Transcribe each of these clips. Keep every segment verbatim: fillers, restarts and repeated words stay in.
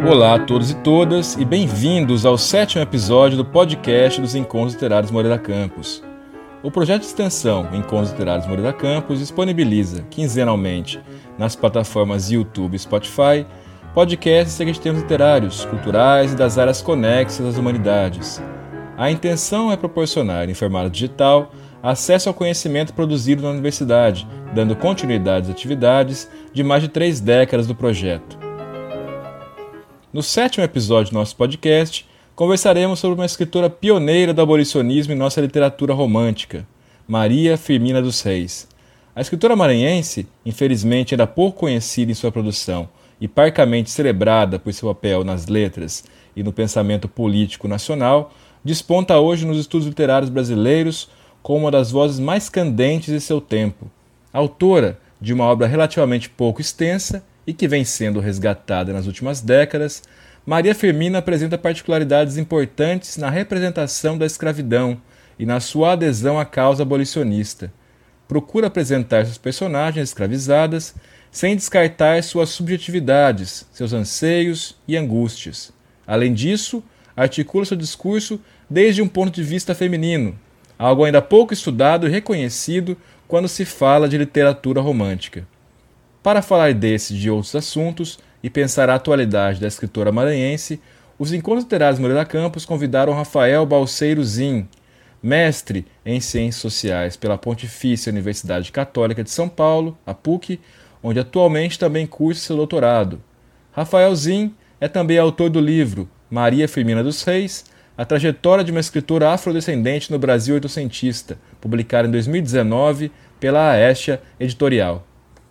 Olá a todos e todas e bem-vindos ao sétimo episódio do podcast dos Encontros Literários Moreira Campos. O projeto de extensão Encontros Literários Moreira Campos disponibiliza, quinzenalmente, nas plataformas YouTube e Spotify, podcasts sobre temas literários, culturais e das áreas conexas às humanidades. A intenção é proporcionar, em formato digital, acesso ao conhecimento produzido na universidade, dando continuidade às atividades de mais de três décadas do projeto. No sétimo episódio do nosso podcast, conversaremos sobre uma escritora pioneira do abolicionismo em nossa literatura romântica, Maria Firmina dos Reis. A escritora maranhense, infelizmente ainda pouco conhecida em sua produção e parcamente celebrada por seu papel nas letras e no pensamento político nacional, desponta hoje nos estudos literários brasileiros como uma das vozes mais candentes de seu tempo. Autora de uma obra relativamente pouco extensa e que vem sendo resgatada nas últimas décadas, Maria Firmina apresenta particularidades importantes na representação da escravidão e na sua adesão à causa abolicionista. Procura apresentar seus personagens escravizadas sem descartar suas subjetividades, seus anseios e angústias. Além disso, articula seu discurso desde um ponto de vista feminino, algo ainda pouco estudado e reconhecido quando se fala de literatura romântica. Para falar desses e de outros assuntos e pensar a atualidade da escritora maranhense, os Encontros Literários Moreira Campos convidaram Rafael Balseiro Zin, mestre em Ciências Sociais pela Pontifícia Universidade Católica de São Paulo, a P U C, onde atualmente também cursa seu doutorado. Rafael Zin é também autor do livro Maria Firmina dos Reis, a trajetória de uma escritora afrodescendente no Brasil oitocentista, publicada em dois mil e dezenove pela Aécia Editorial.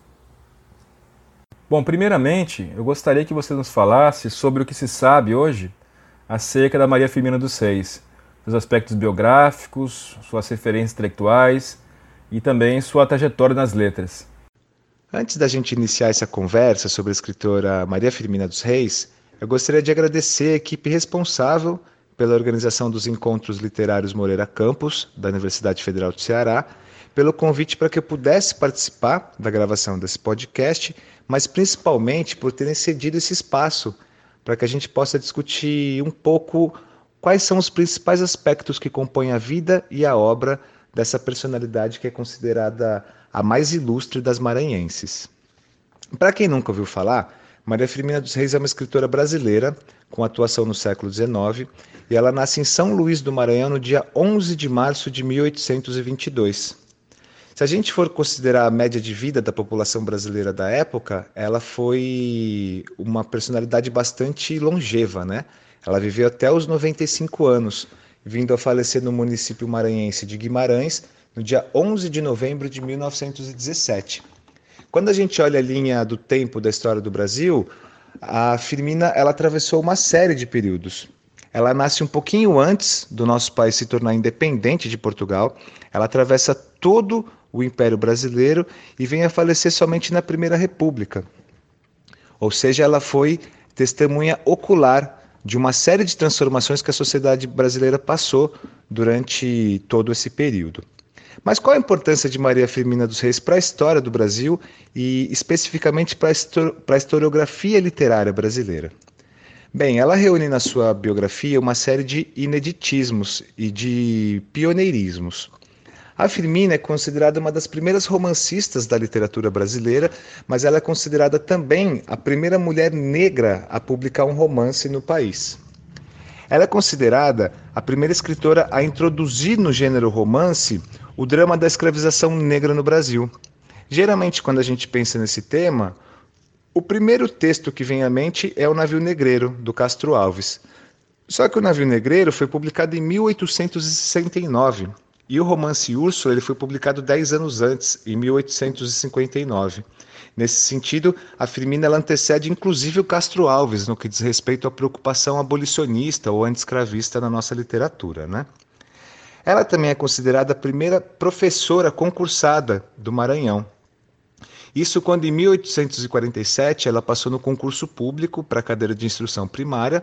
Bom, primeiramente, eu gostaria que você nos falasse sobre o que se sabe hoje acerca da Maria Firmina dos Reis, seus aspectos biográficos, suas referências intelectuais e também sua trajetória nas letras. Antes da gente iniciar essa conversa sobre a escritora Maria Firmina dos Reis, eu gostaria de agradecer a equipe responsável pela organização dos Encontros Literários Moreira Campos, da Universidade Federal do Ceará, pelo convite para que eu pudesse participar da gravação desse podcast, mas principalmente por terem cedido esse espaço para que a gente possa discutir um pouco quais são os principais aspectos que compõem a vida e a obra dessa personalidade que é considerada a mais ilustre das maranhenses. Para quem nunca ouviu falar, Maria Firmina dos Reis é uma escritora brasileira com atuação no século dezenove e ela nasce em São Luís do Maranhão no dia onze de março de mil oitocentos e vinte e dois. Se a gente for considerar a média de vida da população brasileira da época, ela foi uma personalidade bastante longeva, né? Ela viveu até os noventa e cinco anos, vindo a falecer no município maranhense de Guimarães, no dia onze de novembro de mil novecentos e dezessete. Quando a gente olha a linha do tempo da história do Brasil, a Firmina ela atravessou uma série de períodos. Ela nasce um pouquinho antes do nosso país se tornar independente de Portugal, ela atravessa todo o Império Brasileiro e vem a falecer somente na Primeira República. Ou seja, ela foi testemunha ocular de uma série de transformações que a sociedade brasileira passou durante todo esse período. Mas qual a importância de Maria Firmina dos Reis para a história do Brasil e especificamente para a, histori- para a historiografia literária brasileira? Bem, ela reúne na sua biografia uma série de ineditismos e de pioneirismos. A Firmina é considerada uma das primeiras romancistas da literatura brasileira, mas ela é considerada também a primeira mulher negra a publicar um romance no país. Ela é considerada a primeira escritora a introduzir no gênero romance o drama da escravização negra no Brasil. Geralmente, quando a gente pensa nesse tema, o primeiro texto que vem à mente é O Navio Negreiro, do Castro Alves. Só que O Navio Negreiro foi publicado em mil oitocentos e sessenta e nove, e o romance Úrsula ele foi publicado dez anos antes, em mil oitocentos e cinquenta e nove. Nesse sentido, a Firmina ela antecede inclusive o Castro Alves no que diz respeito à preocupação abolicionista ou anti-escravista na nossa literatura, né? Ela também é considerada a primeira professora concursada do Maranhão. Isso quando em mil oitocentos e quarenta e sete ela passou no concurso público para a cadeira de instrução primária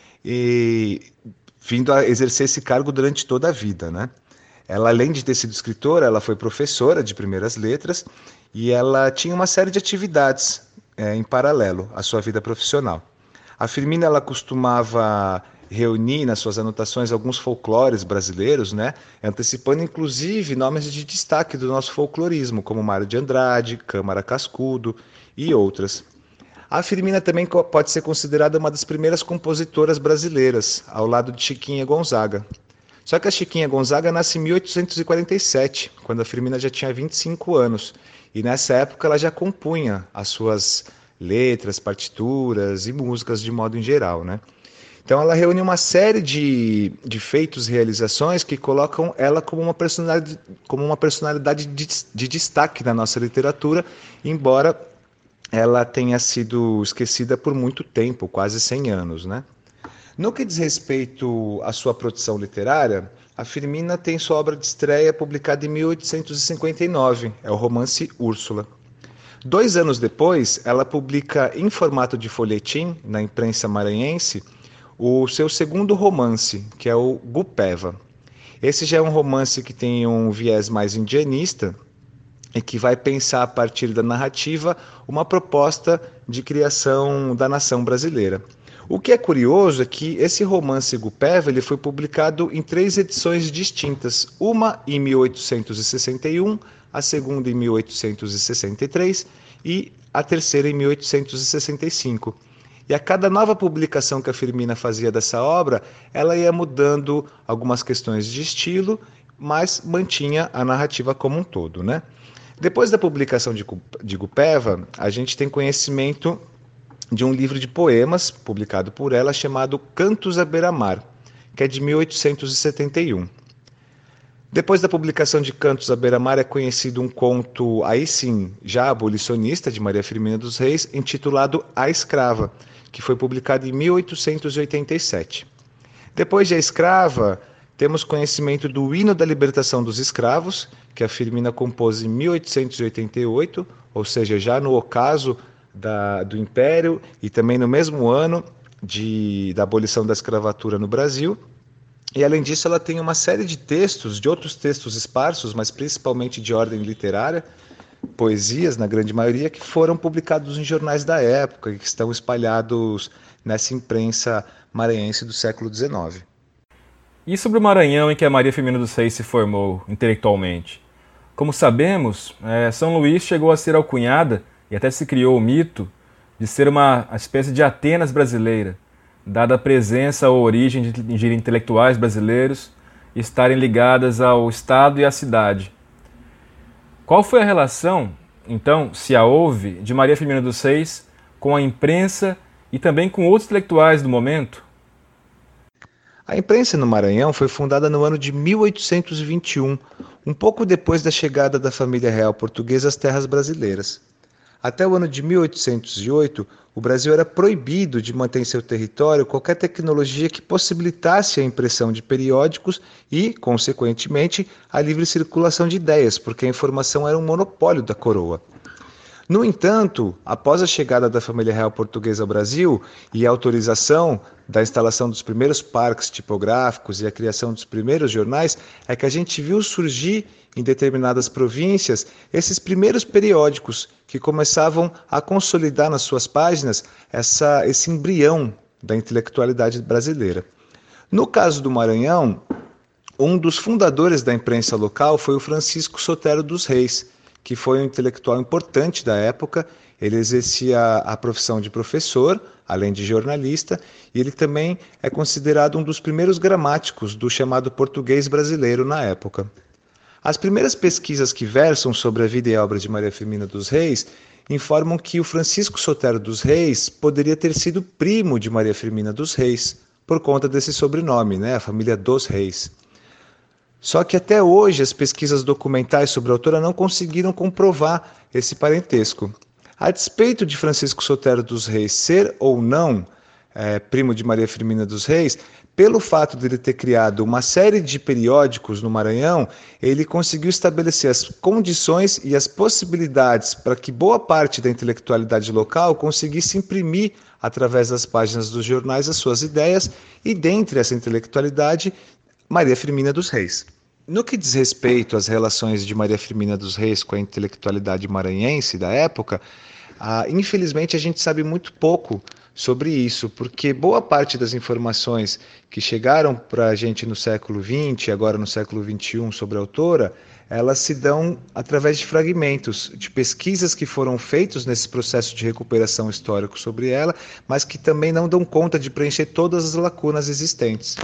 e vindo a exercer esse cargo durante toda a vida, né? Ela, além de ter sido escritora, ela foi professora de primeiras letras e ela tinha uma série de atividades é, em paralelo à sua vida profissional. A Firmina ela costumava reunir nas suas anotações alguns folclores brasileiros, né? Antecipando inclusive nomes de destaque do nosso folclorismo, como Mário de Andrade, Câmara Cascudo e outras. A Firmina também pode ser considerada uma das primeiras compositoras brasileiras, ao lado de Chiquinha Gonzaga. Só que a Chiquinha Gonzaga nasce em mil oitocentos e quarenta e sete, quando a Firmina já tinha vinte e cinco anos, e nessa época ela já compunha as suas letras, partituras e músicas de modo em geral, né? Então ela reúne uma série de, de feitos e realizações que colocam ela como uma personalidade, como uma personalidade de, de destaque na nossa literatura, embora ela tenha sido esquecida por muito tempo, quase cem anos, né? No que diz respeito à sua produção literária, a Firmina tem sua obra de estreia publicada em mil oitocentos e cinquenta e nove, é o romance Úrsula. Dois anos depois, ela publica em formato de folhetim, na imprensa maranhense, o seu segundo romance, que é o Gupeva. Esse já é um romance que tem um viés mais indianista e que vai pensar a partir da narrativa uma proposta de criação da nação brasileira. O que é curioso é que esse romance Gupeva ele foi publicado em três edições distintas, uma em mil oitocentos e sessenta e um, a segunda em mil oitocentos e sessenta e três e a terceira em mil oitocentos e sessenta e cinco. E a cada nova publicação que a Firmina fazia dessa obra, ela ia mudando algumas questões de estilo, mas mantinha a narrativa como um todo, né? Depois da publicação de, de Gupeva, a gente tem conhecimento de um livro de poemas, publicado por ela, chamado Cantos à Beira-Mar, que é de mil oitocentos e setenta e um. Depois da publicação de Cantos à Beira-Mar é conhecido um conto, aí sim, já abolicionista, de Maria Firmina dos Reis, intitulado A Escrava, que foi publicado em mil oitocentos e oitenta e sete. Depois de A Escrava, temos conhecimento do Hino da Libertação dos Escravos, que a Firmina compôs em mil oitocentos e oitenta e oito, ou seja, já no ocaso da, do Império e também no mesmo ano de, da abolição da escravatura no Brasil. E além disso, ela tem uma série de textos, de outros textos esparsos, mas principalmente de ordem literária, poesias, na grande maioria, que foram publicados em jornais da época e que estão espalhados nessa imprensa maranhense do século dezenove. E sobre o Maranhão em que a Maria Firmina dos Reis se formou intelectualmente? Como sabemos, é, São Luís chegou a ser alcunhada, e até se criou o mito, de ser uma espécie de Atenas brasileira, dada a presença ou origem de, de intelectuais brasileiros estarem ligadas ao Estado e à cidade. Qual foi a relação, então, se a houve, de Maria Firmina dos Reis com a imprensa e também com outros intelectuais do momento? A imprensa no Maranhão foi fundada no ano de mil oitocentos e vinte e um, um pouco depois da chegada da família real portuguesa às terras brasileiras. Até o ano de mil oitocentos e oito, o Brasil era proibido de manter em seu território qualquer tecnologia que possibilitasse a impressão de periódicos e, consequentemente, a livre circulação de ideias, porque a informação era um monopólio da coroa. No entanto, após a chegada da família real portuguesa ao Brasil e a autorização da instalação dos primeiros parques tipográficos e a criação dos primeiros jornais, é que a gente viu surgir em determinadas províncias esses primeiros periódicos que começavam a consolidar nas suas páginas essa, esse embrião da intelectualidade brasileira. No caso do Maranhão, um dos fundadores da imprensa local foi o Francisco Sotero dos Reis, que foi um intelectual importante da época. Ele exercia a profissão de professor, além de jornalista, e ele também é considerado um dos primeiros gramáticos do chamado português brasileiro na época. As primeiras pesquisas que versam sobre a vida e obra de Maria Firmina dos Reis informam que o Francisco Sotero dos Reis poderia ter sido primo de Maria Firmina dos Reis, por conta desse sobrenome, né, a família dos Reis. Só que até hoje as pesquisas documentais sobre a autora não conseguiram comprovar esse parentesco. A despeito de Francisco Sotero dos Reis ser ou não é, primo de Maria Firmina dos Reis, pelo fato de ele ter criado uma série de periódicos no Maranhão, ele conseguiu estabelecer as condições e as possibilidades para que boa parte da intelectualidade local conseguisse imprimir, através das páginas dos jornais, as suas ideias, e dentre essa intelectualidade, Maria Firmina dos Reis. No que diz respeito às relações de Maria Firmina dos Reis com a intelectualidade maranhense da época, ah, infelizmente a gente sabe muito pouco sobre isso, porque boa parte das informações que chegaram para a gente no século vinte, agora no século vinte e um, sobre a autora, elas se dão através de fragmentos, de pesquisas que foram feitos nesse processo de recuperação histórico sobre ela, mas que também não dão conta de preencher todas as lacunas existentes.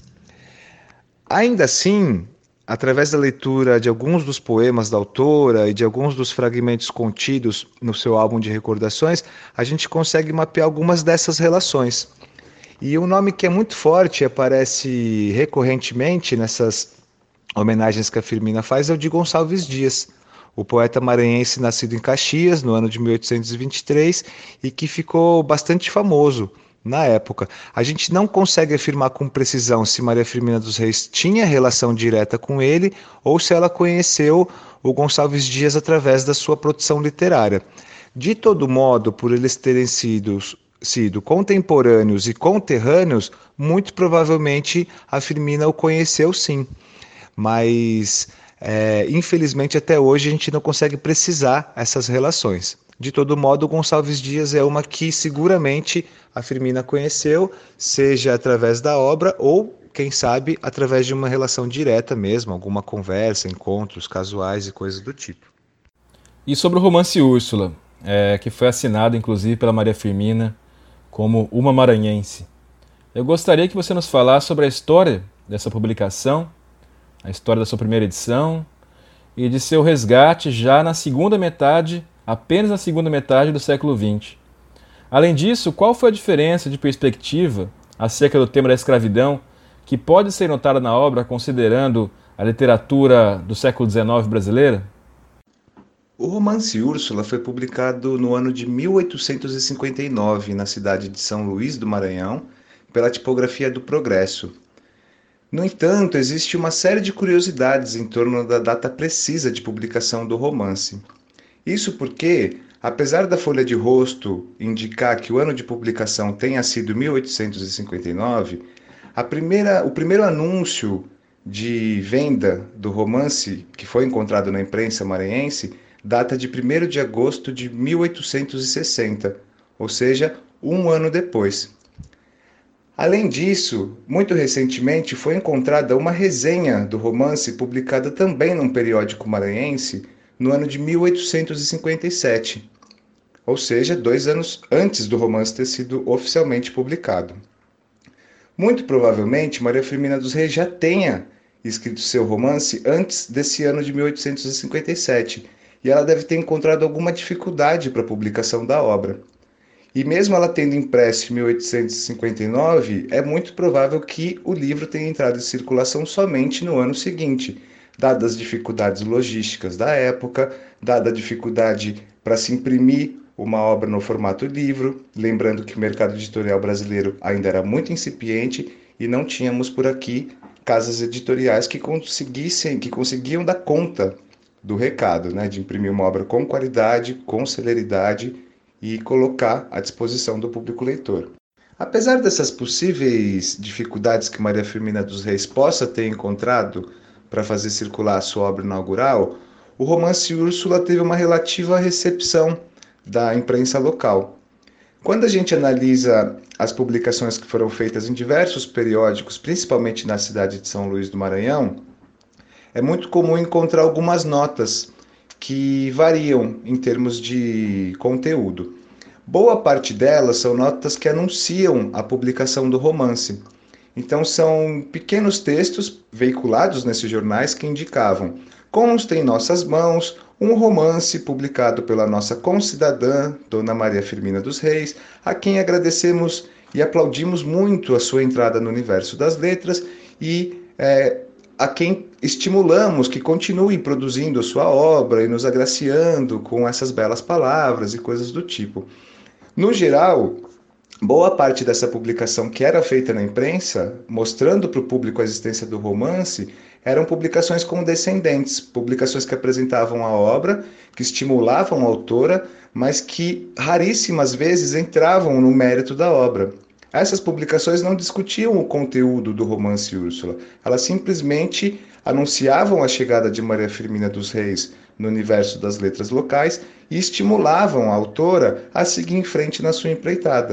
Ainda assim, através da leitura de alguns dos poemas da autora e de alguns dos fragmentos contidos no seu álbum de recordações, a gente consegue mapear algumas dessas relações. E um nome que é muito forte, aparece recorrentemente nessas homenagens que a Firmina faz, é o de Gonçalves Dias, o poeta maranhense nascido em Caxias, no ano de mil oitocentos e vinte e três, e que ficou bastante famoso na época. A gente não consegue afirmar com precisão se Maria Firmina dos Reis tinha relação direta com ele ou se ela conheceu o Gonçalves Dias através da sua produção literária. De todo modo, por eles terem sido, sido contemporâneos e conterrâneos, muito provavelmente a Firmina o conheceu sim. Mas, é, infelizmente, até hoje a gente não consegue precisar essas relações. De todo modo, Gonçalves Dias é uma que seguramente a Firmina conheceu, seja através da obra ou, quem sabe, através de uma relação direta mesmo, alguma conversa, encontros casuais e coisas do tipo. E sobre o romance Úrsula, é, que foi assinado inclusive pela Maria Firmina como Uma Maranhense. Eu gostaria que você nos falasse sobre a história dessa publicação, a história da sua primeira edição e de seu resgate já na segunda metade, apenas na segunda metade do século vinte. Além disso, qual foi a diferença de perspectiva acerca do tema da escravidão que pode ser notada na obra considerando a literatura do século dezenove brasileira? O romance Úrsula foi publicado no ano de mil oitocentos e cinquenta e nove na cidade de São Luís do Maranhão pela Tipografia do Progresso. No entanto, existe uma série de curiosidades em torno da data precisa de publicação do romance. Isso porque, apesar da folha de rosto indicar que o ano de publicação tenha sido mil oitocentos e cinquenta e nove, a primeira, o primeiro anúncio de venda do romance, que foi encontrado na imprensa maranhense, data de primeiro de agosto de mil oitocentos e sessenta, ou seja, um ano depois. Além disso, muito recentemente foi encontrada uma resenha do romance publicada também num periódico maranhense no ano de mil oitocentos e cinquenta e sete, ou seja, dois anos antes do romance ter sido oficialmente publicado. Muito provavelmente, Maria Firmina dos Reis já tenha escrito seu romance antes desse ano de mil oitocentos e cinquenta e sete, e ela deve ter encontrado alguma dificuldade para a publicação da obra. E mesmo ela tendo impresso em mil oitocentos e cinquenta e nove, é muito provável que o livro tenha entrado em circulação somente no ano seguinte, dadas as dificuldades logísticas da época, dada a dificuldade para se imprimir uma obra no formato livro, lembrando que o mercado editorial brasileiro ainda era muito incipiente e não tínhamos por aqui casas editoriais que conseguissem, que conseguiam dar conta do recado, né, de imprimir uma obra com qualidade, com celeridade e colocar à disposição do público leitor. Apesar dessas possíveis dificuldades que Maria Firmina dos Reis possa ter encontrado para fazer circular a sua obra inaugural, o romance Úrsula teve uma relativa recepção da imprensa local. Quando a gente analisa as publicações que foram feitas em diversos periódicos, principalmente na cidade de São Luís do Maranhão, é muito comum encontrar algumas notas que variam em termos de conteúdo. Boa parte delas são notas que anunciam a publicação do romance. Então são pequenos textos veiculados nesses jornais que indicavam: consta em nossas mãos um romance publicado pela nossa concidadã, Dona Maria Firmina dos Reis, a quem agradecemos e aplaudimos muito a sua entrada no universo das letras e é, a quem estimulamos que continue produzindo a sua obra e nos agraciando com essas belas palavras e coisas do tipo. No geral, boa parte dessa publicação que era feita na imprensa, mostrando para o público a existência do romance, eram publicações condescendentes, publicações que apresentavam a obra, que estimulavam a autora, mas que raríssimas vezes entravam no mérito da obra. Essas publicações não discutiam o conteúdo do romance Úrsula, elas simplesmente anunciavam a chegada de Maria Firmina dos Reis no universo das letras locais e estimulavam a autora a seguir em frente na sua empreitada.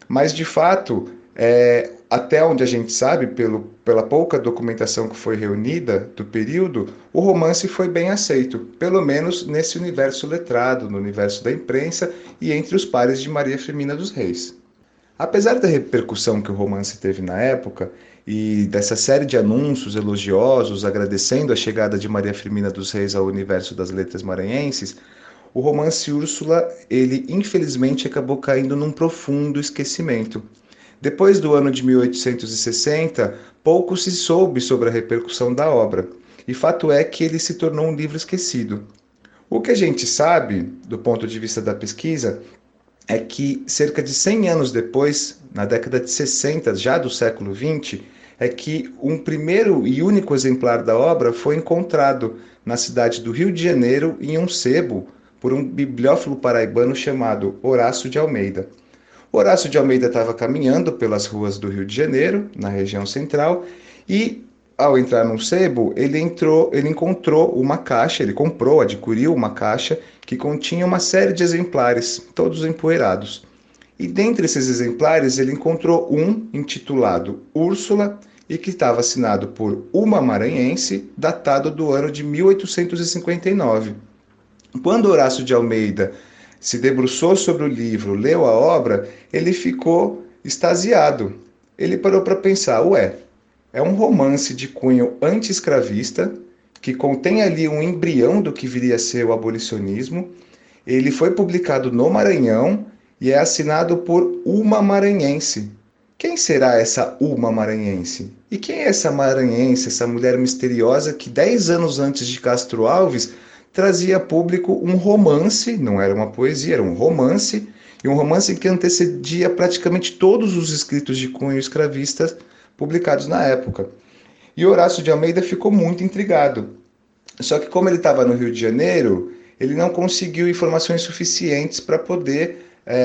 Mas, de fato, é, até onde a gente sabe, pelo, pela pouca documentação que foi reunida do período, o romance foi bem aceito, pelo menos nesse universo letrado, no universo da imprensa e entre os pares de Maria Firmina dos Reis. Apesar da repercussão que o romance teve na época e dessa série de anúncios elogiosos agradecendo a chegada de Maria Firmina dos Reis ao universo das letras maranhenses, o romance Úrsula, ele infelizmente acabou caindo num profundo esquecimento. Depois do ano de mil oitocentos e sessenta, pouco se soube sobre a repercussão da obra, e fato é que ele se tornou um livro esquecido. O que a gente sabe, do ponto de vista da pesquisa, é que cerca de cem anos depois, na década de sessenta, já do século vinte, é que um primeiro e único exemplar da obra foi encontrado na cidade do Rio de Janeiro, em um sebo, por um bibliófilo paraibano chamado Horácio de Almeida. Horácio de Almeida estava caminhando pelas ruas do Rio de Janeiro, na região central, e ao entrar num sebo, ele, entrou, ele encontrou uma caixa, ele comprou, adquiriu uma caixa que continha uma série de exemplares, todos empoeirados. E dentre esses exemplares, ele encontrou um intitulado Úrsula e que estava assinado por uma maranhense, datado do ano de mil oitocentos e cinquenta e nove. Quando Horácio de Almeida se debruçou sobre o livro, leu a obra, ele ficou extasiado. Ele parou para pensar, ué, é um romance de cunho anti-escravista, que contém ali um embrião do que viria a ser o abolicionismo. Ele foi publicado no Maranhão e é assinado por uma maranhense. Quem será essa uma maranhense? E quem é essa maranhense, essa mulher misteriosa que dez anos antes de Castro Alves trazia a público um romance, não era uma poesia, era um romance, e um romance que antecedia praticamente todos os escritos de cunho escravista publicados na época. E Horácio de Almeida ficou muito intrigado. Só que como ele estava no Rio de Janeiro, ele não conseguiu informações suficientes para poder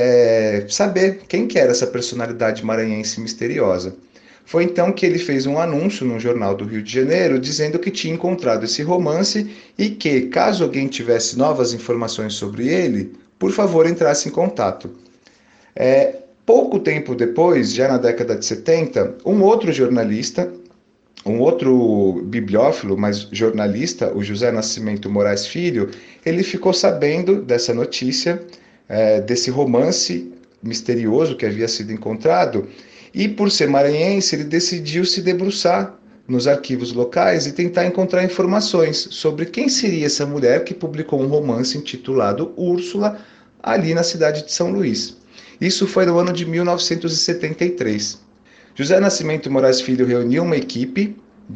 é, saber quem que era essa personalidade maranhense misteriosa. Foi então que ele fez um anúncio no jornal do Rio de Janeiro dizendo que tinha encontrado esse romance e que, caso alguém tivesse novas informações sobre ele, por favor entrasse em contato. É, pouco tempo depois, já na década de setenta, um outro jornalista, um outro bibliófilo, mas jornalista, o José Nascimento Moraes Filho, ele ficou sabendo dessa notícia, é, desse romance misterioso que havia sido encontrado, e por ser maranhense, ele decidiu se debruçar nos arquivos locais e tentar encontrar informações sobre quem seria essa mulher que publicou um romance intitulado Úrsula, ali na cidade de São Luís. Isso foi no ano de mil novecentos e setenta e três. José Nascimento Moraes Filho reuniu uma equipe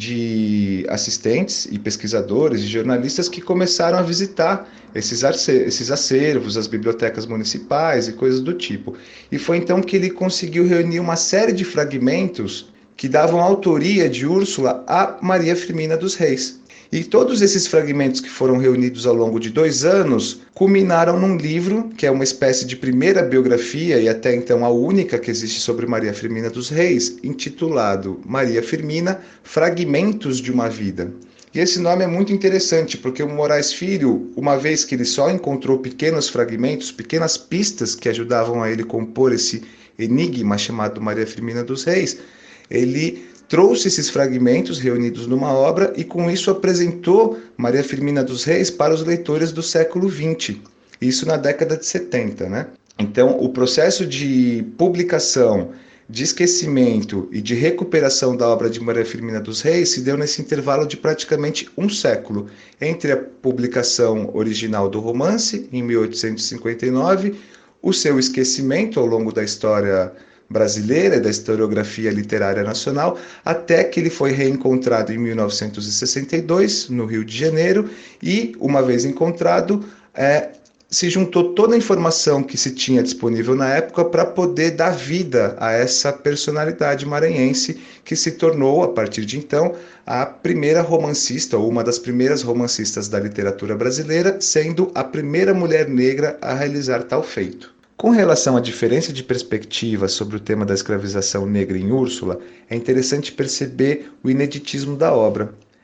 de assistentes e pesquisadores e jornalistas que começaram a visitar esses acervos, as bibliotecas municipais e coisas do tipo. E foi então que ele conseguiu reunir uma série de fragmentos que davam autoria de Úrsula a Maria Firmina dos Reis. E todos esses fragmentos que foram reunidos ao longo de dois anos culminaram num livro que é uma espécie de primeira biografia e até então a única que existe sobre Maria Firmina dos Reis, intitulado Maria Firmina, Fragmentos de uma Vida. E esse nome é muito interessante porque o Moraes Filho, uma vez que ele só encontrou pequenos fragmentos, pequenas pistas que ajudavam a ele compor esse enigma chamado Maria Firmina dos Reis, ele trouxe esses fragmentos reunidos numa obra e com isso apresentou Maria Firmina dos Reis para os leitores do século vinte, isso na década de setenta, né? Então, o processo de publicação, de esquecimento e de recuperação da obra de Maria Firmina dos Reis se deu nesse intervalo de praticamente um século, entre a publicação original do romance, em mil oitocentos e cinquenta e nove, o seu esquecimento ao longo da história brasileira, da historiografia literária nacional, até que ele foi reencontrado em mil novecentos e sessenta e dois, no Rio de Janeiro, e, uma vez encontrado, é, se juntou toda a informação que se tinha disponível na época para poder dar vida a essa personalidade maranhense que se tornou, a partir de então, a primeira romancista, ou uma das primeiras romancistas da literatura brasileira, sendo a primeira mulher negra a realizar tal feito. Com relação à diferença de perspectiva sobre o tema da escravização negra em Úrsula, é interessante perceber o ineditismo da obra.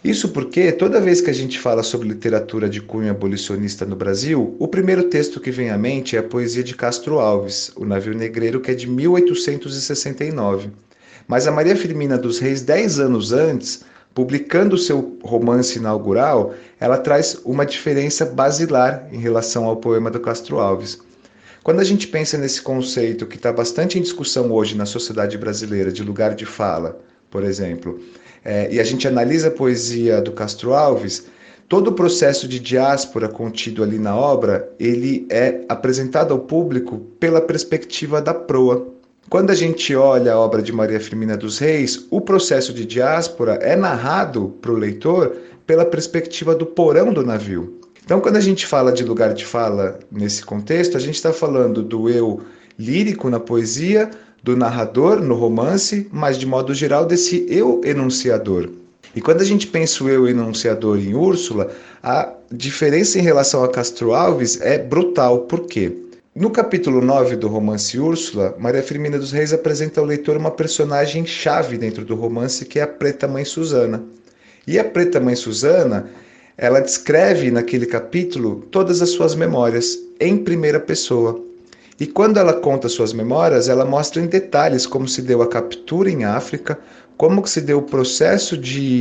Isso porque toda vez que a gente fala sobre literatura de cunho abolicionista no Brasil, o primeiro texto que vem à mente é a poesia de Castro Alves, O Navio Negreiro, que é de mil oitocentos e sessenta e nove. Mas a Maria Firmina dos Reis, dez anos antes, publicando seu romance inaugural, ela traz uma diferença basilar em relação ao poema do Castro Alves. Quando a gente pensa nesse conceito que está bastante em discussão hoje na sociedade brasileira, de lugar de fala, por exemplo, é, e a gente analisa a poesia do Castro Alves, todo o processo de diáspora contido ali na obra, ele é apresentado ao público pela perspectiva da proa. Quando a gente olha a obra de Maria Firmina dos Reis, o processo de diáspora é narrado para o leitor pela perspectiva do porão do navio. Então, quando a gente fala de lugar de fala nesse contexto, a gente está falando do eu lírico na poesia, do narrador no romance, mas de modo geral desse eu enunciador. E quando a gente pensa o eu enunciador em Úrsula, a diferença em relação a Castro Alves é brutal. Por quê? No capítulo nove do romance Úrsula, Maria Firmina dos Reis apresenta ao leitor uma personagem-chave dentro do romance, que é a Preta Mãe Susana. E a Preta Mãe Susana, ela descreve naquele capítulo todas as suas memórias, em primeira pessoa. E quando ela conta suas memórias, ela mostra em detalhes como se deu a captura em África, como que se deu o processo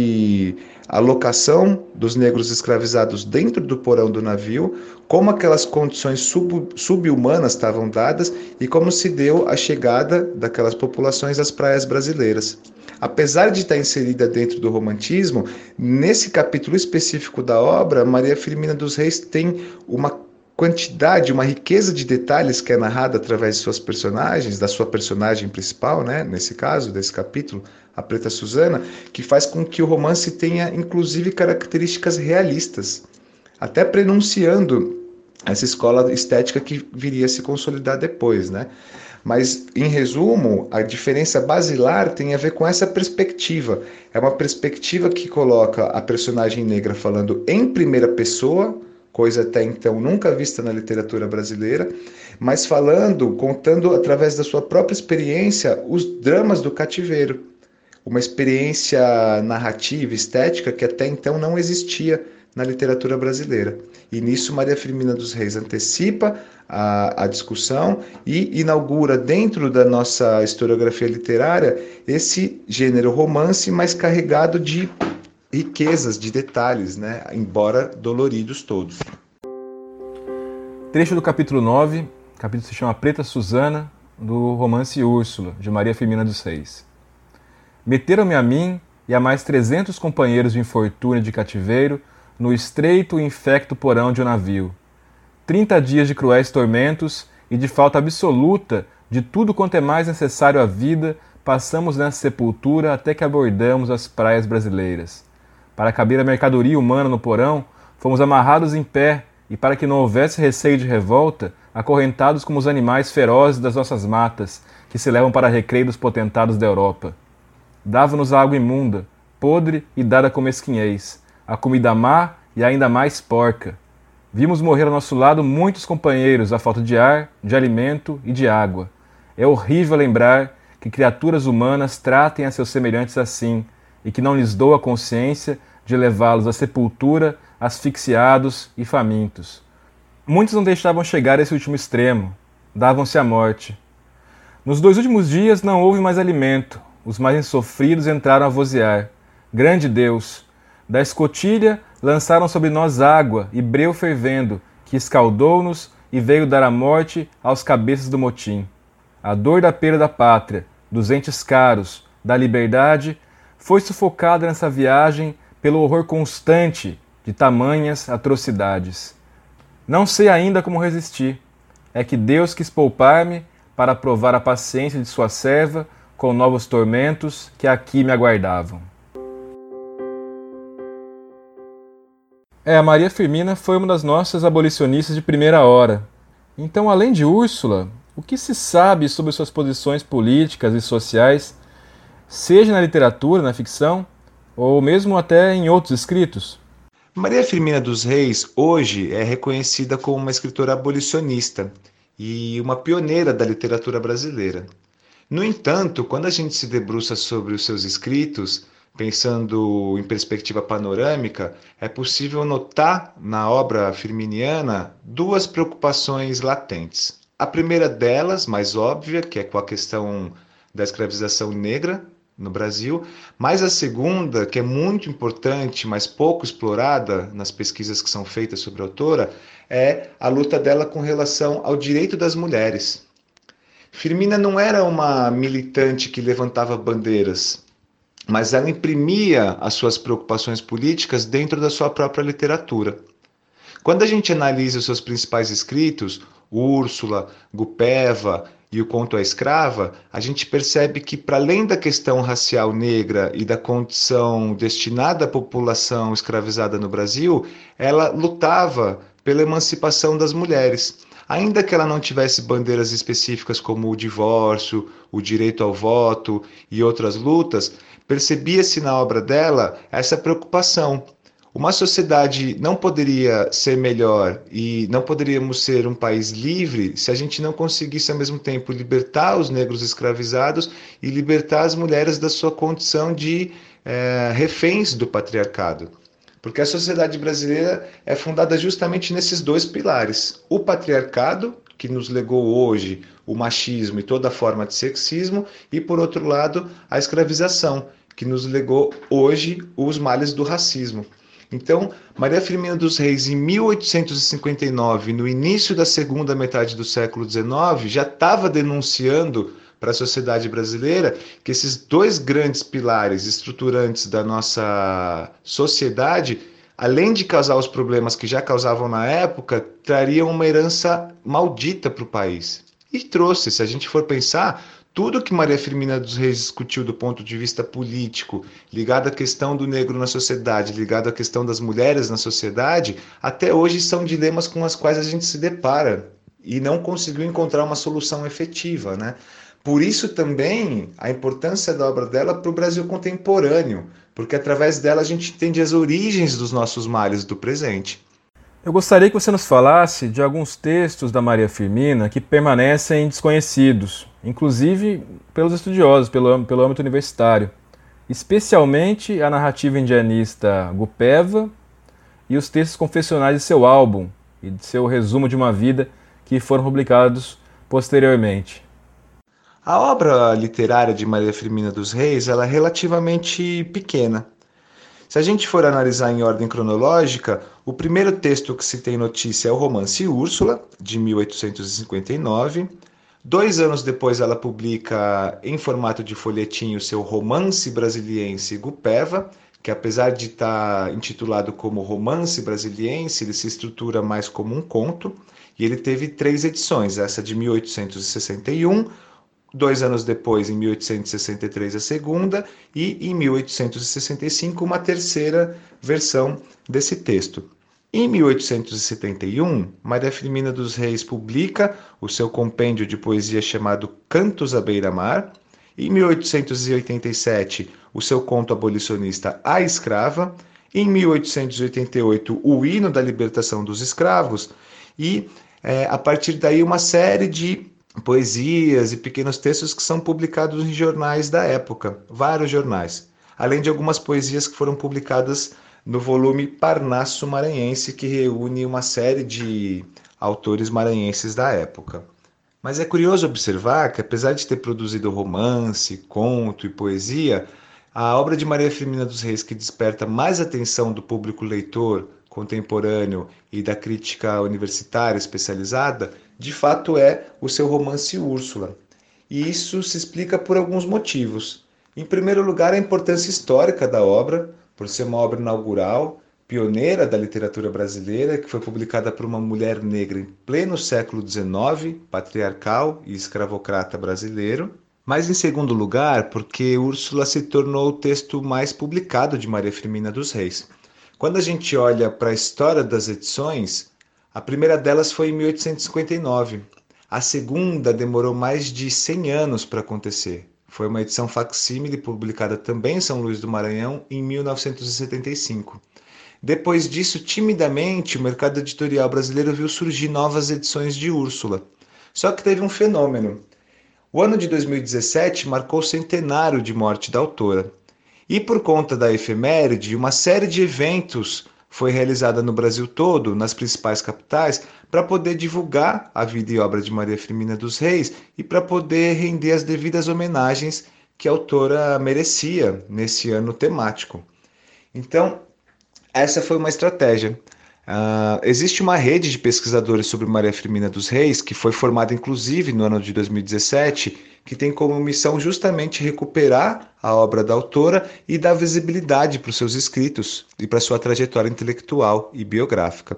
de alocação dos negros escravizados dentro do porão do navio, como aquelas condições sub, subhumanas estavam dadas e como se deu a chegada daquelas populações às praias brasileiras. Apesar de estar inserida dentro do romantismo, nesse capítulo específico da obra, Maria Firmina dos Reis tem uma quantidade, uma riqueza de detalhes que é narrada através de suas personagens, da sua personagem principal, né, nesse caso, desse capítulo, a Preta Susana, que faz com que o romance tenha, inclusive, características realistas, até prenunciando essa escola estética que viria a se consolidar depois, né? Mas, em resumo, a diferença basilar tem a ver com essa perspectiva. É uma perspectiva que coloca a personagem negra falando em primeira pessoa, coisa até então nunca vista na literatura brasileira, mas falando, contando através da sua própria experiência os dramas do cativeiro. Uma experiência narrativa, estética, que até então não existia na literatura brasileira. E nisso Maria Firmina dos Reis antecipa a, a discussão e inaugura dentro da nossa historiografia literária esse gênero romance, mas carregado de riquezas, de detalhes, né? Embora doloridos todos. Trecho do capítulo nove, o capítulo se chama Preta Susana, do romance Úrsula, de Maria Firmina dos Reis. Meteram-me a mim e a mais trezentos companheiros de infortúnio de cativeiro no estreito e infecto porão de um navio. Trinta dias de cruéis tormentos e de falta absoluta de tudo quanto é mais necessário à vida passamos nessa sepultura até que abordamos as praias brasileiras. Para caber a mercadoria humana no porão, fomos amarrados em pé e, para que não houvesse receio de revolta, acorrentados como os animais ferozes das nossas matas, que se levam para recreio dos potentados da Europa. Dava-nos a água imunda, podre e dada com mesquinhez, a comida má e ainda mais porca. Vimos morrer ao nosso lado muitos companheiros à falta de ar, de alimento e de água. É horrível lembrar que criaturas humanas tratem a seus semelhantes assim, e que não lhes dou a consciência de levá-los à sepultura, asfixiados e famintos. Muitos não deixavam chegar a esse último extremo, davam-se à morte. Nos dois últimos dias não houve mais alimento, os mais insofridos entraram a vozear. Grande Deus! Da escotilha lançaram sobre nós água e breu fervendo, que escaldou-nos e veio dar a morte aos cabeças do motim. A dor da perda da pátria, dos entes caros, da liberdade, foi sufocada nessa viagem pelo horror constante de tamanhas atrocidades. Não sei ainda como resistir. É que Deus quis poupar-me para provar a paciência de sua serva com novos tormentos que aqui me aguardavam. É, a Maria Firmina foi uma das nossas abolicionistas de primeira hora. Então, além de Úrsula, o que se sabe sobre suas posições políticas e sociais, seja na literatura, na ficção, ou mesmo até em outros escritos? Maria Firmina dos Reis, hoje, é reconhecida como uma escritora abolicionista e uma pioneira da literatura brasileira. No entanto, quando a gente se debruça sobre os seus escritos, pensando em perspectiva panorâmica, é possível notar na obra firminiana duas preocupações latentes. A primeira delas, mais óbvia, que é com a questão da escravização negra no Brasil, mas a segunda, que é muito importante, mas pouco explorada nas pesquisas que são feitas sobre a autora, é a luta dela com relação ao direito das mulheres. Firmina não era uma militante que levantava bandeiras, mas ela imprimia as suas preocupações políticas dentro da sua própria literatura. Quando a gente analisa os seus principais escritos, Úrsula, Gupeva e o Conto à Escrava, a gente percebe que, para além da questão racial negra e da condição destinada à população escravizada no Brasil, ela lutava pela emancipação das mulheres. Ainda que ela não tivesse bandeiras específicas como o divórcio, o direito ao voto e outras lutas, percebia-se na obra dela essa preocupação. Uma sociedade não poderia ser melhor e não poderíamos ser um país livre se a gente não conseguisse, ao mesmo tempo, libertar os negros escravizados e libertar as mulheres da sua condição de é, reféns do patriarcado. Porque a sociedade brasileira é fundada justamente nesses dois pilares. O patriarcado, que nos legou hoje o machismo e toda forma de sexismo, e, por outro lado, a escravização, que nos legou hoje os males do racismo. Então, Maria Firmina dos Reis, em mil oitocentos e cinquenta e nove, no início da segunda metade do século dezenove, já estava denunciando para a sociedade brasileira que esses dois grandes pilares estruturantes da nossa sociedade, além de causar os problemas que já causavam na época, trariam uma herança maldita para o país. E trouxe, se a gente for pensar, tudo que Maria Firmina dos Reis discutiu do ponto de vista político, ligado à questão do negro na sociedade, ligado à questão das mulheres na sociedade, até hoje são dilemas com os quais a gente se depara e não conseguiu encontrar uma solução efetiva, né? Por isso também a importância da obra dela para o Brasil contemporâneo, porque através dela a gente entende as origens dos nossos males do presente. Eu gostaria que você nos falasse de alguns textos da Maria Firmina que permanecem desconhecidos, inclusive pelos estudiosos, pelo, pelo âmbito universitário, especialmente a narrativa indianista Gupeva e os textos confessionais de seu álbum e de seu resumo de uma vida que foram publicados posteriormente. A obra literária de Maria Firmina dos Reis ela é relativamente pequena. Se a gente for analisar em ordem cronológica, o primeiro texto que se tem notícia é o romance Úrsula, de mil oitocentos e cinquenta e nove. Dois anos depois ela publica, em formato de folhetim, o seu romance brasiliense Gupeva, que apesar de estar intitulado como Romance Brasiliense, ele se estrutura mais como um conto, e ele teve três edições, essa de mil oitocentos e sessenta e um, dois anos depois, em mil oitocentos e sessenta e três, a segunda, e em mil oitocentos e sessenta e cinco, uma terceira versão desse texto. Em mil oitocentos e setenta e um, Maria Firmina dos Reis publica o seu compêndio de poesia chamado Cantos à Beira-Mar. Em mil oitocentos e oitenta e sete, o seu conto abolicionista A Escrava. Em mil oitocentos e oitenta e oito, o Hino da Libertação dos Escravos. E, é, a partir daí, uma série de poesias e pequenos textos que são publicados em jornais da época, vários jornais, além de algumas poesias que foram publicadas no volume Parnasso Maranhense, que reúne uma série de autores maranhenses da época. Mas é curioso observar que, apesar de ter produzido romance, conto e poesia, a obra de Maria Firmina dos Reis que desperta mais atenção do público leitor contemporâneo e da crítica universitária especializada, de fato é o seu romance Úrsula. E isso se explica por alguns motivos. Em primeiro lugar, a importância histórica da obra, por ser uma obra inaugural, pioneira da literatura brasileira, que foi publicada por uma mulher negra em pleno século dezenove, patriarcal e escravocrata brasileiro. Mas, em segundo lugar, porque Úrsula se tornou o texto mais publicado de Maria Firmina dos Reis. Quando a gente olha para a história das edições, a primeira delas foi em mil oitocentos e cinquenta e nove. A segunda demorou mais de cem anos para acontecer. Foi uma edição facsímile publicada também em São Luís do Maranhão em mil novecentos e setenta e cinco. Depois disso, timidamente, o mercado editorial brasileiro viu surgir novas edições de Úrsula. Só que teve um fenômeno. O ano de dois mil e dezessete marcou o centenário de morte da autora. E por conta da efeméride, uma série de eventos foi realizada no Brasil todo, nas principais capitais, para poder divulgar a vida e obra de Maria Firmina dos Reis e para poder render as devidas homenagens que a autora merecia nesse ano temático. Então, essa foi uma estratégia. Uh, existe uma rede de pesquisadores sobre Maria Firmina dos Reis, que foi formada inclusive no ano de dois mil e dezessete, que tem como missão justamente recuperar a obra da autora e dar visibilidade para os seus escritos e para sua trajetória intelectual e biográfica.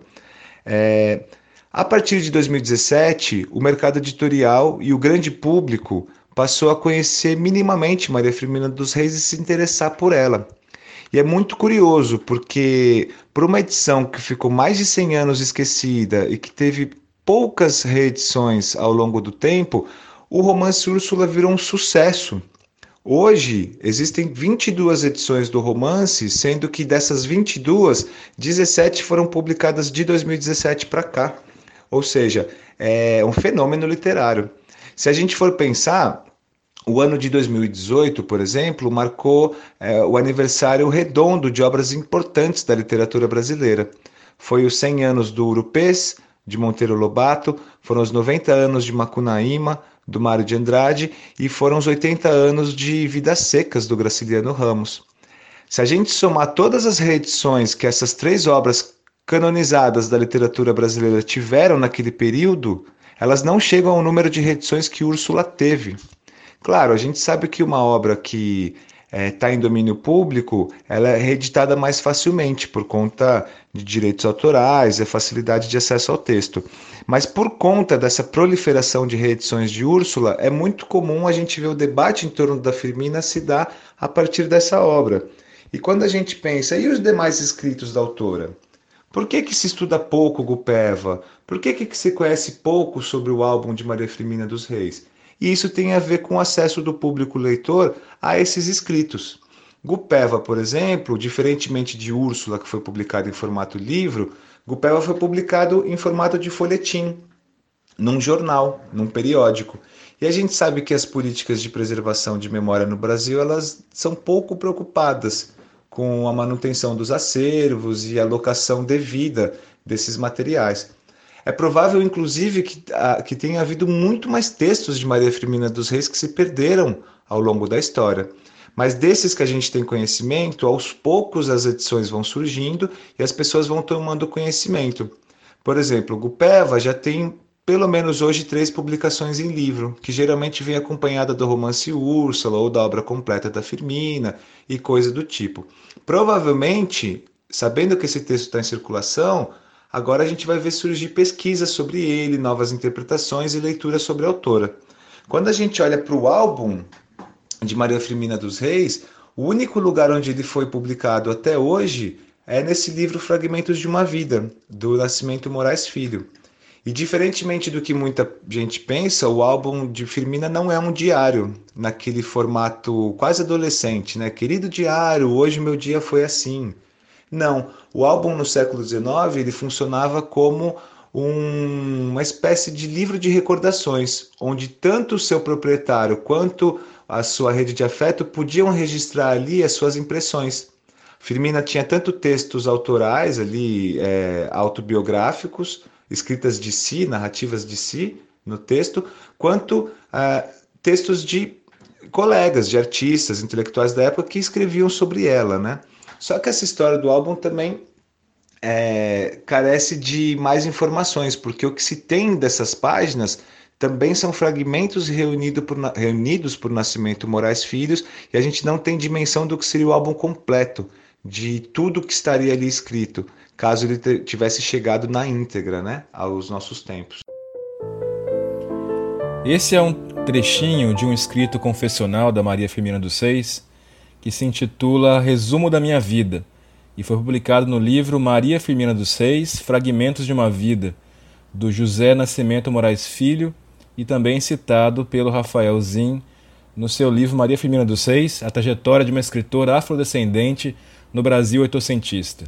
É, a partir de dois mil e dezessete, o mercado editorial e o grande público passou a conhecer minimamente Maria Firmina dos Reis e se interessar por ela. E é muito curioso, porque por uma edição que ficou mais de cem anos esquecida e que teve poucas reedições ao longo do tempo, o romance Úrsula virou um sucesso. Hoje, existem vinte e duas edições do romance, sendo que dessas vinte e duas, dezessete foram publicadas de dois mil e dezessete para cá. Ou seja, é um fenômeno literário. Se a gente for pensar, o ano de dois mil e dezoito, por exemplo, marcou é, o aniversário redondo de obras importantes da literatura brasileira. Foi os cem anos do Urupês, de Monteiro Lobato, foram os noventa anos de Macunaíma, do Mário de Andrade, e foram os oitenta anos de Vidas Secas, do Graciliano Ramos. Se a gente somar todas as reedições que essas três obras canonizadas da literatura brasileira tiveram naquele período, elas não chegam ao número de reedições que Úrsula teve. Claro, a gente sabe que uma obra que está é, em domínio público, ela é reeditada mais facilmente por conta de direitos autorais e a facilidade de acesso ao texto. Mas por conta dessa proliferação de reedições de Úrsula, é muito comum a gente ver o debate em torno da Firmina se dar a partir dessa obra. E quando a gente pensa, e os demais escritos da autora? Por que que se estuda pouco Gupeva? Por que que se conhece pouco sobre o álbum de Maria Firmina dos Reis? E isso tem a ver com o acesso do público leitor a esses escritos. Gupeva, por exemplo, diferentemente de Úrsula, que foi publicado em formato livro, Gupeva foi publicado em formato de folhetim, num jornal, num periódico. E a gente sabe que as políticas de preservação de memória no Brasil, elas são pouco preocupadas com a manutenção dos acervos e a alocação devida desses materiais. É provável, inclusive, que, a, que tenha havido muito mais textos de Maria Firmina dos Reis que se perderam ao longo da história. Mas desses que a gente tem conhecimento, aos poucos as edições vão surgindo e as pessoas vão tomando conhecimento. Por exemplo, Gupeva já tem pelo menos hoje três publicações em livro, que geralmente vem acompanhada do romance Úrsula ou da obra completa da Firmina e coisa do tipo. Provavelmente, sabendo que esse texto está em circulação, agora a gente vai ver surgir pesquisas sobre ele, novas interpretações e leituras sobre a autora. Quando a gente olha para o álbum de Maria Firmina dos Reis, o único lugar onde ele foi publicado até hoje é nesse livro Fragmentos de uma Vida, do Nascimento Moraes Filho. E diferentemente do que muita gente pensa, o álbum de Firmina não é um diário, naquele formato quase adolescente, né? Querido diário, hoje meu dia foi assim. Não, o álbum no século dezenove ele funcionava como um, uma espécie de livro de recordações, onde tanto o seu proprietário quanto a sua rede de afeto podiam registrar ali as suas impressões. Firmina tinha tanto textos autorais ali, é, autobiográficos, escritas de si, narrativas de si no texto, quanto é, textos de colegas, de artistas, intelectuais da época que escreviam sobre ela, né? Só que essa história do álbum também é, carece de mais informações, porque o que se tem dessas páginas também são fragmentos reunido por, reunidos por Nascimento Moraes Filhos, e a gente não tem dimensão do que seria o álbum completo, de tudo que estaria ali escrito, caso ele tivesse chegado na íntegra, né, aos nossos tempos. Esse é um trechinho de um escrito confessional da Maria Firmina dos Reis, que se intitula Resumo da Minha Vida, e foi publicado no livro Maria Firmina dos Reis, Fragmentos de uma Vida, do José Nascimento Moraes Filho, e também citado pelo Rafael Zin no seu livro Maria Firmina dos Reis, a trajetória de uma escritora afrodescendente no Brasil oitocentista.